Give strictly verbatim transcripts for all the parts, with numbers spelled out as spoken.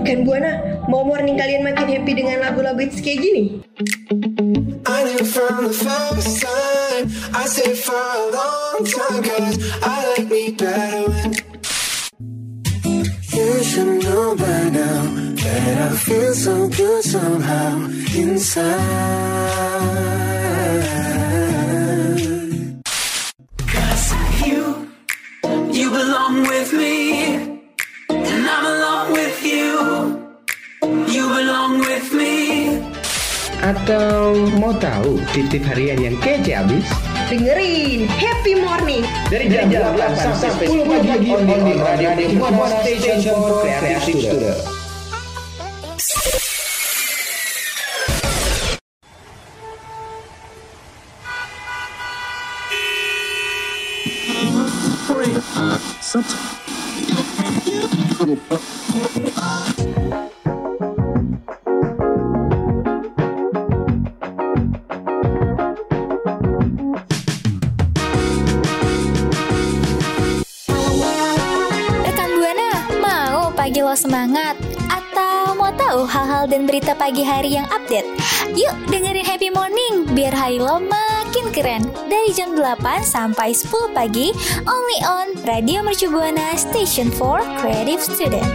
Rekan Buana, mau morning kalian makin happy dengan lagu-lagu hits kayak gini? I knew from the first time, I stayed for a long time, cause I like me better when you should know by now that I feel so good somehow inside. Cause you, you belong with me, and I'm along with you, you belong with me. Atau mau tahu tip-tip harian yang kece abis? Dengerin Happy Morning Dari jam delapan sampai sepuluh pagi on di Radio Mercubuana Station for Creative Student. Pagi lo semangat? Atau mau tahu hal-hal dan berita pagi hari yang update? Yuk dengerin Happy Morning biar hari lo makin keren. Dari jam delapan sampai sepuluh pagi, only on Radio Mercubuana Station for Creative Student.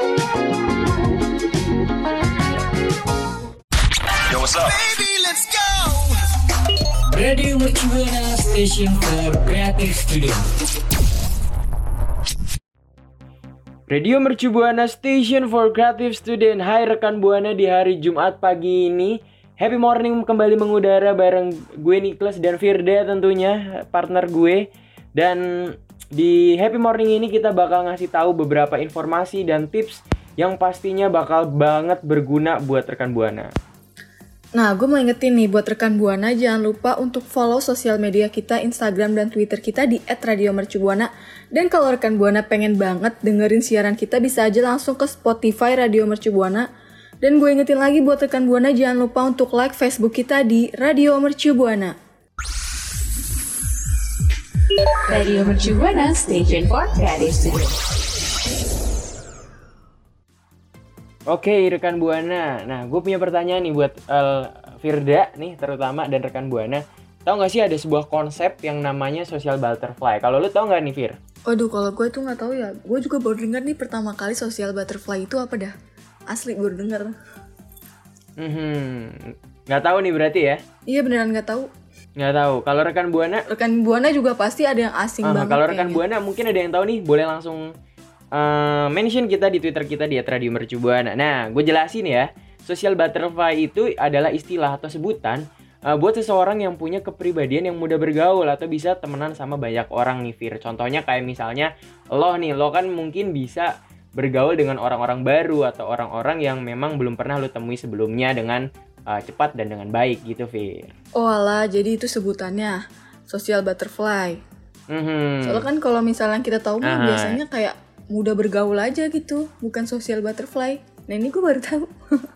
Yo, what's up? Baby, let's go! Radio Mercubuana Station for Creative Student. Radio Mercubuana Station for Creative Student. Hai rekan Buana, di hari Jumat pagi ini Happy Morning kembali mengudara bareng gue Niklas dan Firda tentunya, partner gue. Dan di Happy Morning ini kita bakal ngasih tahu beberapa informasi dan tips yang pastinya bakal banget berguna buat rekan Buana. Nah, gue mau ingetin nih buat rekan Buana, jangan lupa untuk follow sosial media kita, Instagram dan Twitter kita di et radio mercubuana. Dan kalau rekan Buana pengen banget dengerin siaran kita, bisa aja langsung ke Spotify Radio Mercubuana. Dan gue ingetin lagi buat rekan Buana, jangan lupa untuk like Facebook kita di Radio Mercubuana. Radio Mercubuana Station for Creative Student. Oke rekan Buana, nah gue punya pertanyaan nih buat uh, Firda nih terutama dan rekan Buana. Tahu gak sih ada sebuah konsep yang namanya social butterfly? Kalau lu tahu gak nih Fir? Waduh, kalau gue tuh gak tahu ya. Gue juga baru denger nih pertama kali social butterfly itu apa dah. Asli baru denger. Hmm, gak tahu nih berarti ya? Iya beneran gak tahu. Gak tahu. Kalau rekan Buana? Rekan Buana juga pasti ada yang asing uh, banget. Kalau rekan Buana mungkin ada yang tahu nih, boleh langsung Uh, mention kita di Twitter kita di et radio mercubuana. Nah, gue jelasin ya. Social butterfly itu adalah istilah atau sebutan uh, buat seseorang yang punya kepribadian yang mudah bergaul atau bisa temenan sama banyak orang nih, Fir. Contohnya kayak misalnya lo nih, lo kan mungkin bisa bergaul dengan orang-orang baru atau orang-orang yang memang belum pernah lo temui sebelumnya dengan uh, cepat dan dengan baik gitu, Fir. Oh alah, jadi itu sebutannya social butterfly. Mm-hmm. Soalnya kan kalau misalnya kita tahu mah biasanya kayak mudah bergaul aja gitu, bukan social butterfly. Nah ini gue baru tahu.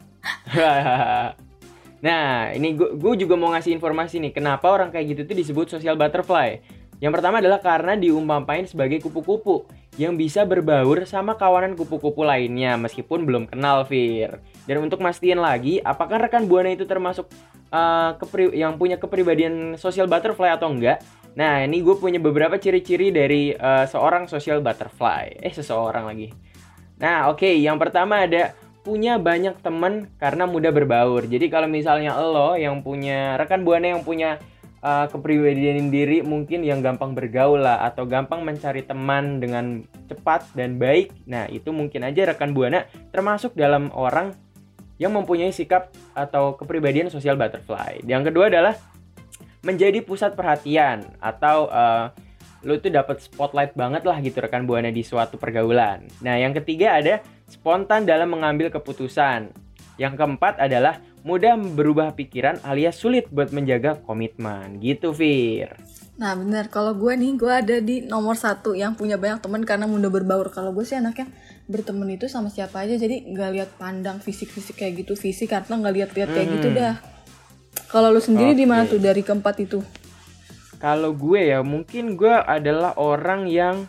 Nah ini gue juga mau ngasih informasi nih, kenapa orang kayak gitu tuh disebut social butterfly. Yang pertama adalah karena diumpamain sebagai kupu-kupu yang bisa berbaur sama kawanan kupu-kupu lainnya meskipun belum kenal, Fir. Dan untuk mastiin lagi, apakah rekan Buana itu termasuk uh, kepri- yang punya kepribadian social butterfly atau enggak? Nah, ini gue punya beberapa ciri-ciri dari uh, seorang social butterfly. Eh, seseorang lagi. Nah, oke. Okay. Yang pertama ada punya banyak teman karena mudah berbaur. Jadi kalau misalnya lo yang punya, rekan Buana yang punya uh, kepribadian diri mungkin yang gampang bergaul lah, atau gampang mencari teman dengan cepat dan baik. Nah, itu mungkin aja rekan Buana termasuk dalam orang yang mempunyai sikap atau kepribadian social butterfly. Yang kedua adalah menjadi pusat perhatian atau uh, lu tuh dapat spotlight banget lah gitu rekan Buana di suatu pergaulan. Nah, yang ketiga ada spontan dalam mengambil keputusan. Yang keempat adalah mudah berubah pikiran alias sulit buat menjaga komitmen. Gitu, Fir. Nah, benar. Kalau gue nih, gue ada di nomor satu yang punya banyak teman karena mudah berbaur. Kalau gue sih anaknya berteman itu sama siapa aja, jadi nggak lihat pandang fisik-fisik kayak gitu, fisik karena nggak lihat-lihat kayak hmm. gitu dah. Kalau lu sendiri okay. Di mana tuh dari keempat itu? Kalau gue ya mungkin gue adalah orang yang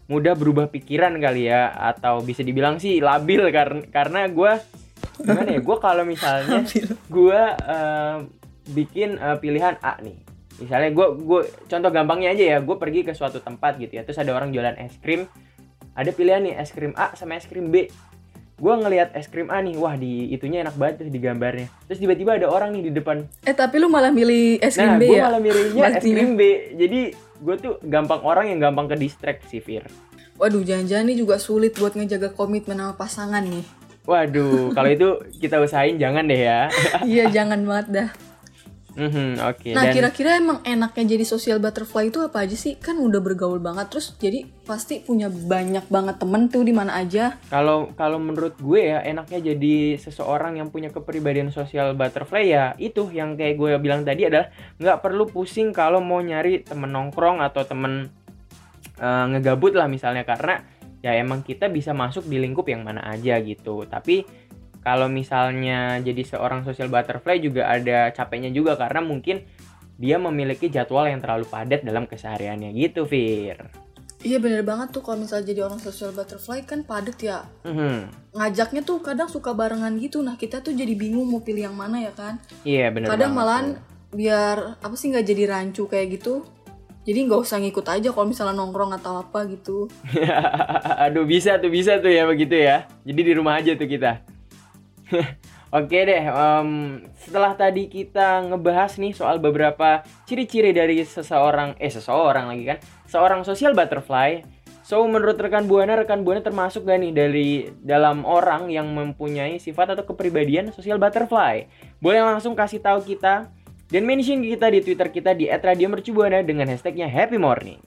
mudah berubah pikiran kali ya, atau bisa dibilang sih labil karena karena gue gimana ya, gue kalau misalnya gue uh, bikin uh, pilihan A nih, misalnya gue gue contoh gampangnya aja ya, gue pergi ke suatu tempat gitu ya, terus ada orang jualan es krim, ada pilihan nih es krim A sama es krim B. Gue ngelihat es krim A nih, wah di itunya enak banget tuh di gambarnya. Terus tiba-tiba ada orang nih di depan. Eh tapi lu malah milih es krim nah, B ya? Nah gue malah milihnya es krim B. Jadi gue tuh gampang orang yang gampang ke distract sih, Fir. Waduh, jangan-jangan nih juga sulit buat ngejaga komitmen sama pasangan nih. Waduh, kalau itu kita usahain jangan deh ya. Iya, jangan banget dah. Mm-hmm, Oke. Okay. Nah Dan kira-kira emang enaknya jadi social butterfly itu apa aja sih? Kan udah bergaul banget, terus jadi pasti punya banyak banget temen tuh di mana aja. Kalau kalau menurut gue ya, enaknya jadi seseorang yang punya kepribadian social butterfly ya itu yang kayak gue bilang tadi adalah nggak perlu pusing kalau mau nyari temen nongkrong atau temen uh, ngegabut lah misalnya, karena ya emang kita bisa masuk di lingkup yang mana aja gitu. Tapi kalau misalnya jadi seorang social butterfly juga ada capeknya juga, karena mungkin dia memiliki jadwal yang terlalu padat dalam kesehariannya gitu, Fir. Iya bener banget tuh, kalau misalnya jadi orang social butterfly kan padat ya. Mm-hmm. Ngajaknya tuh kadang suka barengan gitu, nah kita tuh jadi bingung mau pilih yang mana ya kan. Iya bener kadang banget. Kadang malahan biar apa sih nggak jadi rancu kayak gitu. Jadi nggak usah ngikut aja kalau misalnya nongkrong atau apa gitu. Aduh bisa tuh, bisa tuh ya begitu ya. Jadi di rumah aja tuh kita. Oke deh, um, setelah tadi kita ngebahas nih soal beberapa ciri-ciri dari seseorang, eh seseorang lagi kan, seorang social butterfly. So menurut rekan Buana, rekan Buana termasuk gak nih dari dalam orang yang mempunyai sifat atau kepribadian social butterfly? Boleh langsung kasih tahu kita dan mention kita di Twitter kita di et radio mercubuana dengan hashtagnya Happy Morning.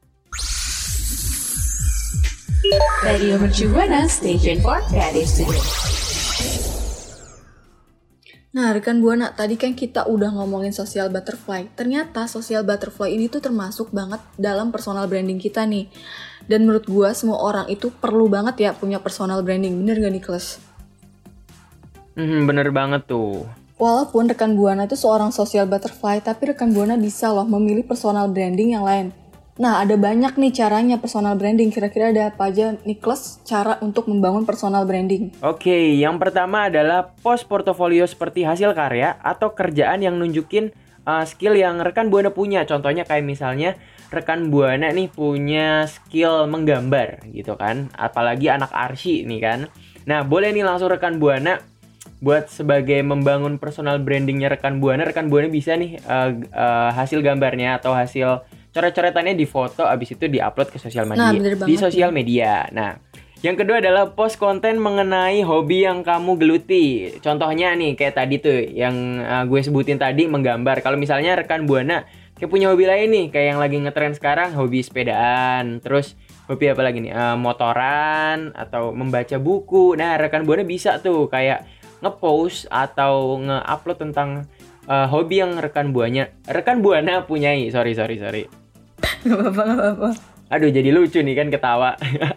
Radio Mercubuana, Station for Creative Studio. Nah rekan Buana, tadi kan kita udah ngomongin social butterfly. Ternyata social butterfly ini tuh termasuk banget dalam personal branding kita nih. Dan menurut gua semua orang itu perlu banget ya punya personal branding. Bener gak Nicholas? Hmm, bener banget tuh. Walaupun rekan Buana itu seorang social butterfly, tapi rekan Buana bisa loh memilih personal branding yang lain. Nah ada banyak nih caranya personal branding. Kira-kira ada apa aja Nicholas cara untuk membangun personal branding? Oke, yang pertama adalah post portofolio seperti hasil karya atau kerjaan yang nunjukin uh, skill yang rekan Buana punya. Contohnya kayak misalnya rekan Buana nih punya skill menggambar gitu kan, apalagi anak arsi nih kan. Nah boleh nih langsung rekan Buana buat sebagai membangun personal brandingnya rekan Buana, rekan Buana bisa nih uh, uh, hasil gambarnya atau hasil coret-coretannya di foto, abis itu diupload ke sosial media, nah, di sosial media. Nah, yang kedua adalah post konten mengenai hobi yang kamu geluti. Contohnya nih kayak tadi tuh yang uh, gue sebutin tadi, menggambar. Kalau misalnya rekan Buana kayak punya hobi lain nih, kayak yang lagi ngetren sekarang, hobi sepedaan, terus hobi apa lagi nih, uh, motoran atau membaca buku. Nah, rekan Buana bisa tuh kayak ngepost atau nge-upload tentang uh, hobi yang rekan Buana rekan Buana punyai. Sorry sorry sorry. Gak apa-apa, gak apa-apa. Aduh jadi lucu nih kan ketawa.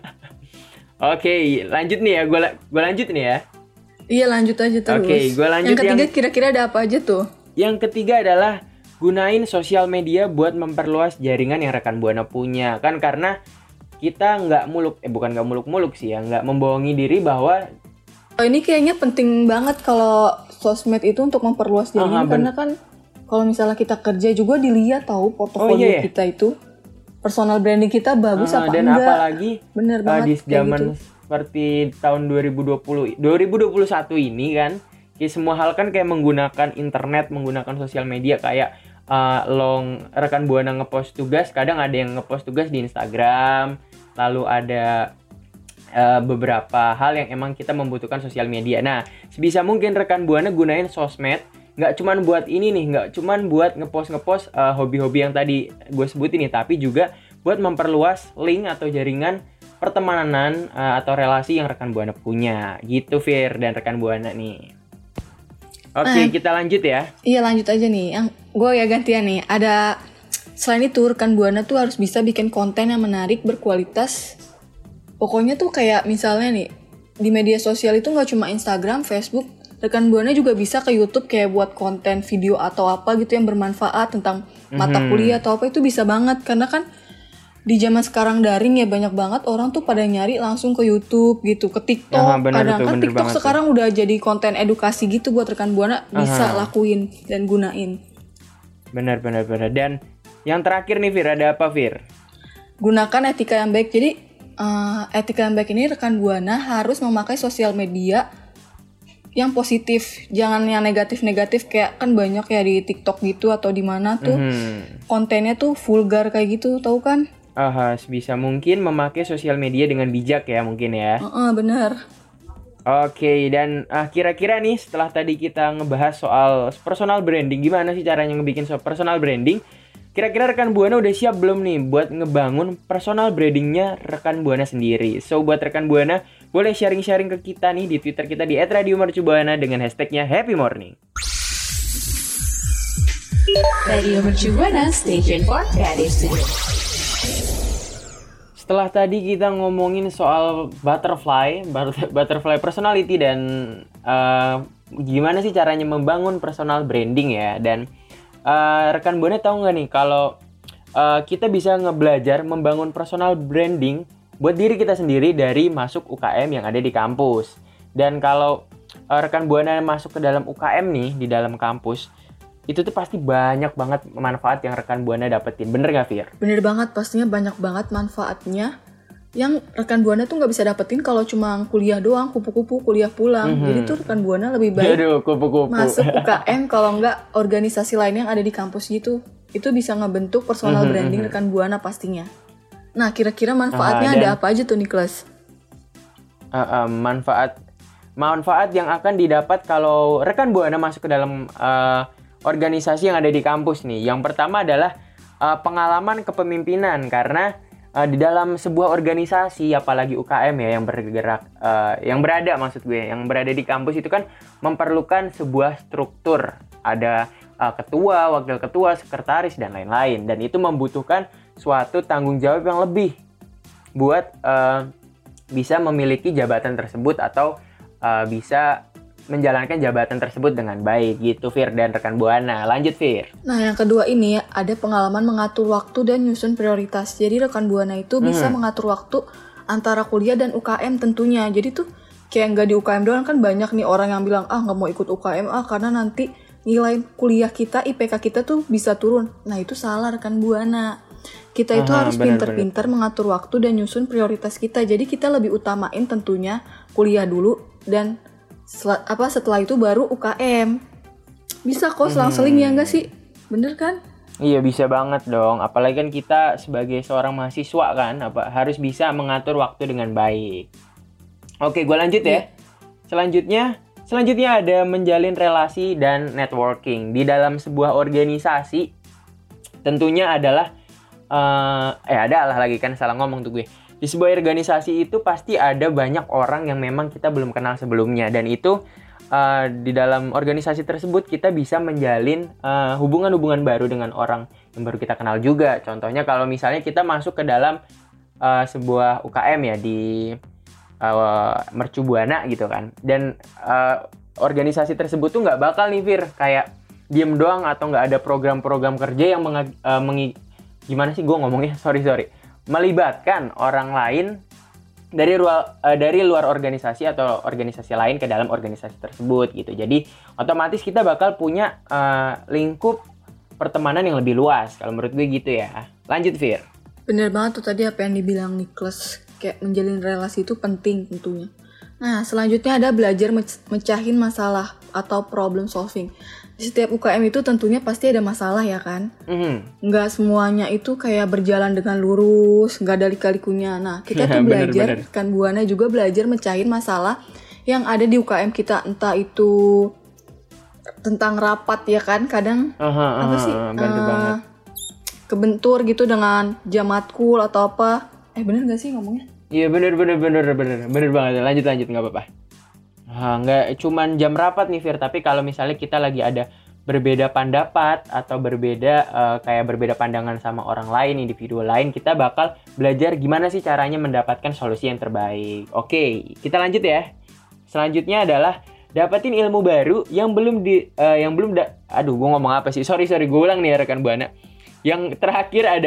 Oke okay, lanjut nih ya, gue gue lanjut nih ya. Iya lanjut aja terus. Oke okay, gue lanjut. Yang ketiga yang, kira-kira ada apa aja tuh? Yang ketiga adalah gunain sosial media buat memperluas jaringan yang rekan Buana punya. Kan karena kita nggak muluk, eh bukan nggak muluk-muluk sih ya, nggak membohongi diri bahwa oh, ini kayaknya penting banget kalau sosmed itu untuk memperluas jaringan. Aha, karena kan kalau misalnya kita kerja juga dilihat tahu portofolio oh, iya, iya. kita itu. Personal branding kita bagus uh, apa dan enggak. Dan apalagi bener uh, banget di zaman gitu. Seperti tahun dua ribu dua puluh, dua ribu dua puluh satu ini kan, kayak semua hal kan kayak menggunakan internet, menggunakan sosial media. Kayak uh, long rekan Buana ngepost tugas, kadang ada yang ngepost tugas di Instagram, lalu ada uh, beberapa hal yang emang kita membutuhkan sosial media. Nah, sebisa mungkin rekan Buana gunain sosmed, nggak cuman buat ini nih, nggak cuman buat ngepost-ngepost uh, hobi-hobi yang tadi gue sebutin nih, tapi juga buat memperluas link atau jaringan pertemanan uh, atau relasi yang rekan Buana punya. Gitu Fir dan rekan Buana nih. Oke, okay, nah, kita lanjut ya. Iya, lanjut aja nih. Yang gue ya gantian nih. Ada selain itu rekan Buana tuh harus bisa bikin konten yang menarik, berkualitas. Pokoknya tuh kayak misalnya nih, di media sosial itu nggak cuma Instagram, Facebook, rekan Buana juga bisa ke YouTube kayak buat konten video atau apa gitu yang bermanfaat tentang mata kuliah atau apa, itu bisa banget. Karena kan di zaman sekarang daring ya banyak banget orang tuh pada nyari langsung ke YouTube gitu, ke TikTok. Aha, bener Kadang tuh, kan bener TikTok banget sekarang udah jadi konten edukasi gitu buat rekan Buana bisa Aha. lakuin dan gunain. Benar benar benar. Dan yang terakhir nih Fir, ada apa Fir? Gunakan etika yang baik. Jadi uh, etika yang baik ini rekan Buana harus memakai sosial media yang positif, jangan yang negatif-negatif kayak kan banyak ya di TikTok gitu atau di mana tuh Mhm. kontennya tuh vulgar kayak gitu, tahu kan? Aha, sebisa mungkin memakai sosial media dengan bijak ya mungkin ya. Heeh, bener. Oke, dan ah, kira-kira nih setelah tadi kita ngebahas soal personal branding, gimana sih caranya ngebikin so- personal branding? Kira-kira rekan Buana udah siap belum nih buat ngebangun personal brandingnya rekan Buana sendiri? So buat rekan Buana boleh sharing-sharing ke kita nih di Twitter kita di et radio mercubuana dengan hashtagnya Happy Morning. Radio Mercu Buana, Station for Creative Studio. Setelah tadi kita ngomongin soal butterfly, but- butterfly personality dan uh, gimana sih caranya membangun personal branding ya. Dan uh, rekan Buana tahu nggak nih kalau uh, kita bisa ngebelajar membangun personal branding buat diri kita sendiri dari masuk U K M yang ada di kampus. Dan kalau uh, rekan Buana masuk ke dalam U K M nih di dalam kampus, itu tuh pasti banyak banget manfaat yang rekan Buana dapetin. Bener gak Fir? Bener banget, pastinya banyak banget manfaatnya yang rekan Buana tuh nggak bisa dapetin kalau cuma kuliah doang, kupu-kupu kuliah pulang. Mhm. Jadi tuh rekan Buana lebih baik Aduh, kupu-kupu. masuk U K M kalau nggak organisasi lain yang ada di kampus gitu. Itu bisa ngebentuk personal Mhm, branding mhm. rekan Buana pastinya. Nah, kira-kira manfaatnya Ah, ada dan- apa aja tuh Nicholas? Uh, uh, manfaat manfaat yang akan didapat kalau rekan Buana masuk ke dalam uh, organisasi yang ada di kampus nih. Yang pertama adalah uh, pengalaman kepemimpinan, karena uh, di dalam sebuah organisasi apalagi U K M ya yang bergerak uh, yang berada maksud gue yang berada di kampus itu kan memerlukan sebuah struktur. Ada uh, ketua, wakil ketua, sekretaris dan lain-lain, dan itu membutuhkan suatu tanggung jawab yang lebih buat uh, bisa memiliki jabatan tersebut atau uh, bisa menjalankan jabatan tersebut dengan baik gitu Fir dan rekan Buana. Lanjut Fir. Nah, yang kedua ini ya, ada pengalaman mengatur waktu dan nyusun prioritas. Jadi rekan Buana itu bisa Hmm. mengatur waktu antara kuliah dan U K M tentunya. Jadi tuh kayak nggak di U K M doang, kan banyak nih orang yang bilang ah nggak mau ikut U K M ah karena nanti nilai kuliah kita, I P K kita tuh bisa turun. Nah itu salah rekan Buana. Kita itu Aha, harus benar, pintar-pintar mengatur waktu dan nyusun prioritas kita. Jadi kita lebih utamain tentunya kuliah dulu dan sel- apa setelah itu baru U K M. Bisa kok selang-seling ya nggak sih? Bener kan? Iya bisa banget dong. Apalagi kan kita sebagai seorang mahasiswa kan apa harus bisa mengatur waktu dengan baik. Oke, gue lanjut ya. Selanjutnya, selanjutnya ada menjalin relasi dan networking di dalam sebuah organisasi. Tentunya adalah eh eh ada lah lagi kan salah ngomong tuh gue. Di sebuah organisasi itu pasti ada banyak orang yang memang kita belum kenal sebelumnya, dan itu eh, di dalam organisasi tersebut kita bisa menjalin eh, hubungan-hubungan baru dengan orang yang baru kita kenal juga. Contohnya kalau misalnya kita masuk ke dalam eh, sebuah U K M ya di eh, Mercu Buana gitu kan, dan eh, organisasi tersebut tuh nggak bakal nih Fir kayak diem doang atau nggak ada program-program kerja yang menga- eh, mengi- gimana sih gue ngomongnya sorry sorry melibatkan orang lain dari luar uh, dari luar organisasi atau organisasi lain ke dalam organisasi tersebut gitu. Jadi otomatis kita bakal punya uh, lingkup pertemanan yang lebih luas kalau menurut gue gitu ya. Lanjut Fir. Bener banget tuh tadi apa yang dibilang Nicholas, kayak menjalin relasi itu penting tentunya. Nah, selanjutnya ada belajar mec- mecahin masalah atau problem solving. Di setiap U K M itu tentunya pasti ada masalah ya kan? Mhm. Nggak semuanya itu kayak berjalan dengan lurus, nggak ada lika-likunya. Nah, kita tuh Bener, belajar, bener. kan Buana juga belajar mecahin masalah yang ada di U K M kita. Entah itu tentang rapat ya kan, kadang Aha, apa aha, sih? bener eh, banget. kebentur gitu dengan jam matkul atau apa. Eh bener gak sih ngomongnya? Iya bener bener bener bener bener banget. Lanjut lanjut nggak apa-apa. Nah, nggak cuman jam rapat nih Fir, tapi kalau misalnya kita lagi ada berbeda pendapat atau berbeda eh, kayak berbeda pandangan sama orang lain, individu lain, kita bakal belajar gimana sih caranya mendapatkan solusi yang terbaik. Oke, kita lanjut ya. Selanjutnya adalah dapetin ilmu baru yang belum di eh, yang belum da- aduh gue ngomong apa sih? Sorry sorry gue ulang nih ya rekan Buana. Yang terakhir adalah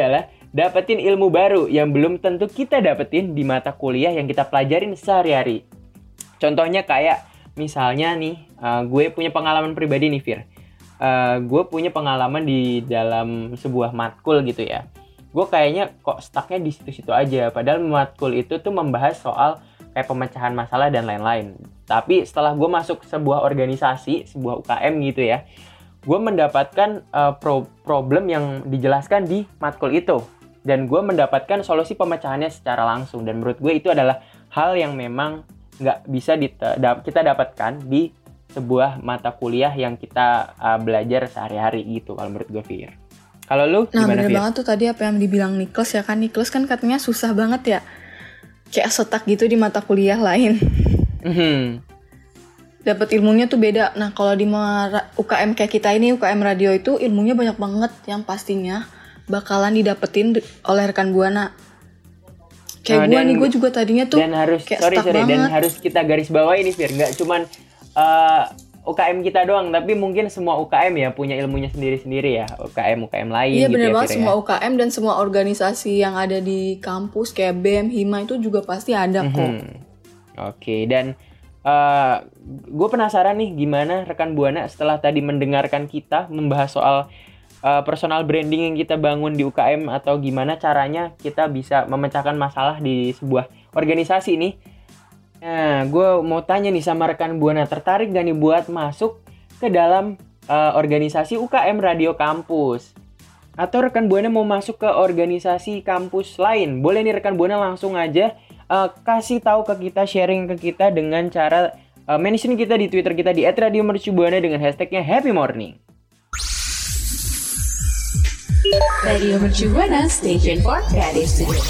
dapetin ilmu baru yang belum tentu kita dapetin di mata kuliah yang kita pelajarin sehari-hari. Contohnya kayak misalnya nih, uh, gue punya pengalaman pribadi nih Fir. Uh, gue punya pengalaman di dalam sebuah matkul gitu ya. Gue kayaknya kok stucknya di situ-situ aja. Padahal matkul itu tuh membahas soal kayak pemecahan masalah dan lain-lain. Tapi setelah gue masuk sebuah organisasi, sebuah U K M gitu ya, gue mendapatkan uh, pro- problem yang dijelaskan di matkul itu. Dan gue mendapatkan solusi pemecahannya secara langsung. Dan menurut gue itu adalah hal yang memang nggak bisa dit- da- kita dapatkan di sebuah mata kuliah yang kita uh, belajar sehari-hari gitu kalau menurut gue, Fir. Kalau lu nah, gimana, Fir? Nah bener banget tuh tadi apa yang dibilang Niklas ya kan. Niklas kan katanya susah banget ya. Kayak setak gitu di mata kuliah lain. Mm-hmm. Dapat ilmunya tuh beda. Nah kalau di U K M kayak kita ini, U K M radio itu ilmunya banyak banget yang pastinya bakalan didapetin oleh rekan Buana. Kayak nah, gue nih, gue juga tadinya tuh dan harus, kayak sorry, stuck sorry, banget. Dan harus kita garis bawahi ini, Fir. Nggak cuman uh, U K M kita doang, tapi mungkin semua U K M ya punya ilmunya sendiri-sendiri ya. U K M, U K M lain iya, gitu bener ya, banget, Fir, semua ya. U K M dan semua organisasi yang ada di kampus kayak B E M, Hima itu juga pasti ada kok. Mm-hmm. Oke, okay. Dan uh, gue penasaran nih gimana rekan Buana setelah tadi mendengarkan kita membahas soal Uh, personal branding yang kita bangun di U K M atau gimana caranya kita bisa memecahkan masalah di sebuah organisasi nih. Nah, gue mau tanya nih sama rekan Buana, tertarik gak nih buat masuk ke dalam uh, organisasi U K M Radio Kampus? Atau rekan Buana mau masuk ke organisasi kampus lain? Boleh nih rekan Buana langsung aja uh, kasih tahu ke kita, sharing ke kita dengan cara uh, mention kita di Twitter kita di et radio mercubuana dengan hashtagnya Happy Morning. Radio Mercubuana, Station for Creative Studio.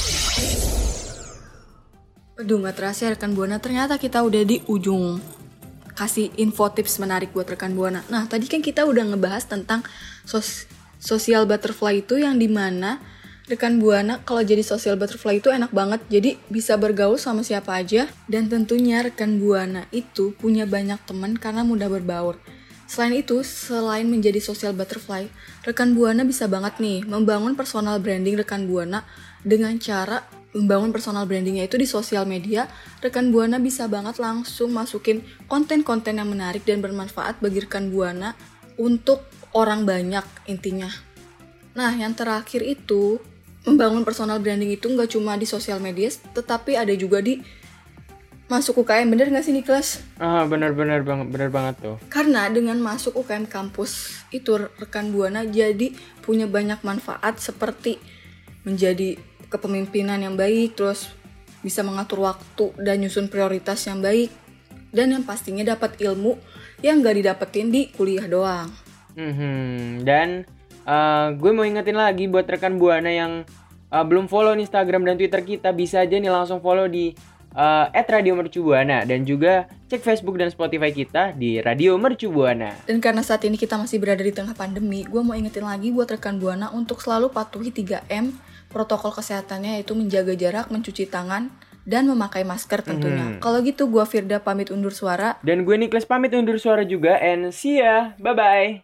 Aduh, gak terasa rekan Buana, ternyata kita udah di ujung kasih info tips menarik buat rekan Buana. Nah, tadi kan kita udah ngebahas tentang sos- social butterfly itu yang dimana rekan Buana kalau jadi social butterfly itu enak banget. Jadi bisa bergaul sama siapa aja. Dan tentunya rekan Buana itu punya banyak teman karena mudah berbaur. Selain itu, selain menjadi social butterfly, rekan Buana bisa banget nih membangun personal branding rekan Buana dengan cara membangun personal brandingnya itu di sosial media. Rekan Buana bisa banget langsung masukin konten-konten yang menarik dan bermanfaat bagi rekan Buana untuk orang banyak intinya. Nah, yang terakhir itu membangun personal branding itu nggak cuma di sosial media, tetapi ada juga di masuk U K M. Bener gak sih Niklas? Ah, bener-bener banget, bener banget tuh. Karena dengan masuk U K M kampus itu rekan Buana jadi punya banyak manfaat seperti menjadi kepemimpinan yang baik, terus bisa mengatur waktu dan nyusun prioritas yang baik, dan yang pastinya dapat ilmu yang gak didapetin di kuliah doang. Mm-hmm. Dan uh, gue mau ingetin lagi buat rekan Buana yang uh, belum follow Instagram dan Twitter kita, bisa aja nih langsung follow di Uh, et Radio Mercubuana, dan juga cek Facebook dan Spotify kita di Radio Mercubuana. Dan karena saat ini kita masih berada di tengah pandemi, gue mau ingetin lagi buat rekan Buana untuk selalu patuhi tiga M protokol kesehatannya, yaitu menjaga jarak, mencuci tangan, dan memakai masker tentunya. Mm-hmm. Kalau gitu gue Firda pamit undur suara. Dan gue Niklas pamit undur suara juga, and see ya, bye-bye.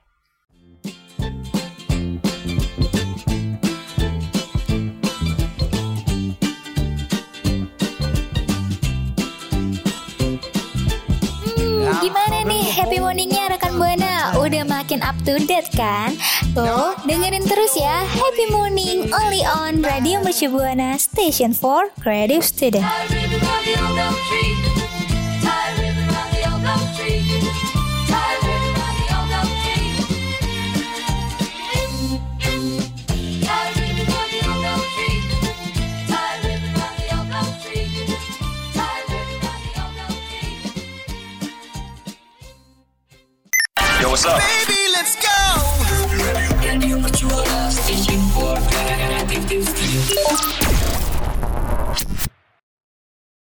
Gimana nih happy morningnya rekan Buana? Udah makin up to date kan? Tuh, dengerin terus ya Happy Morning only on Radio Mercubuana, Station for Creative Student. Yo, what's up? Baby, let's go. Radio Mercubuana, Station for Creative Studio.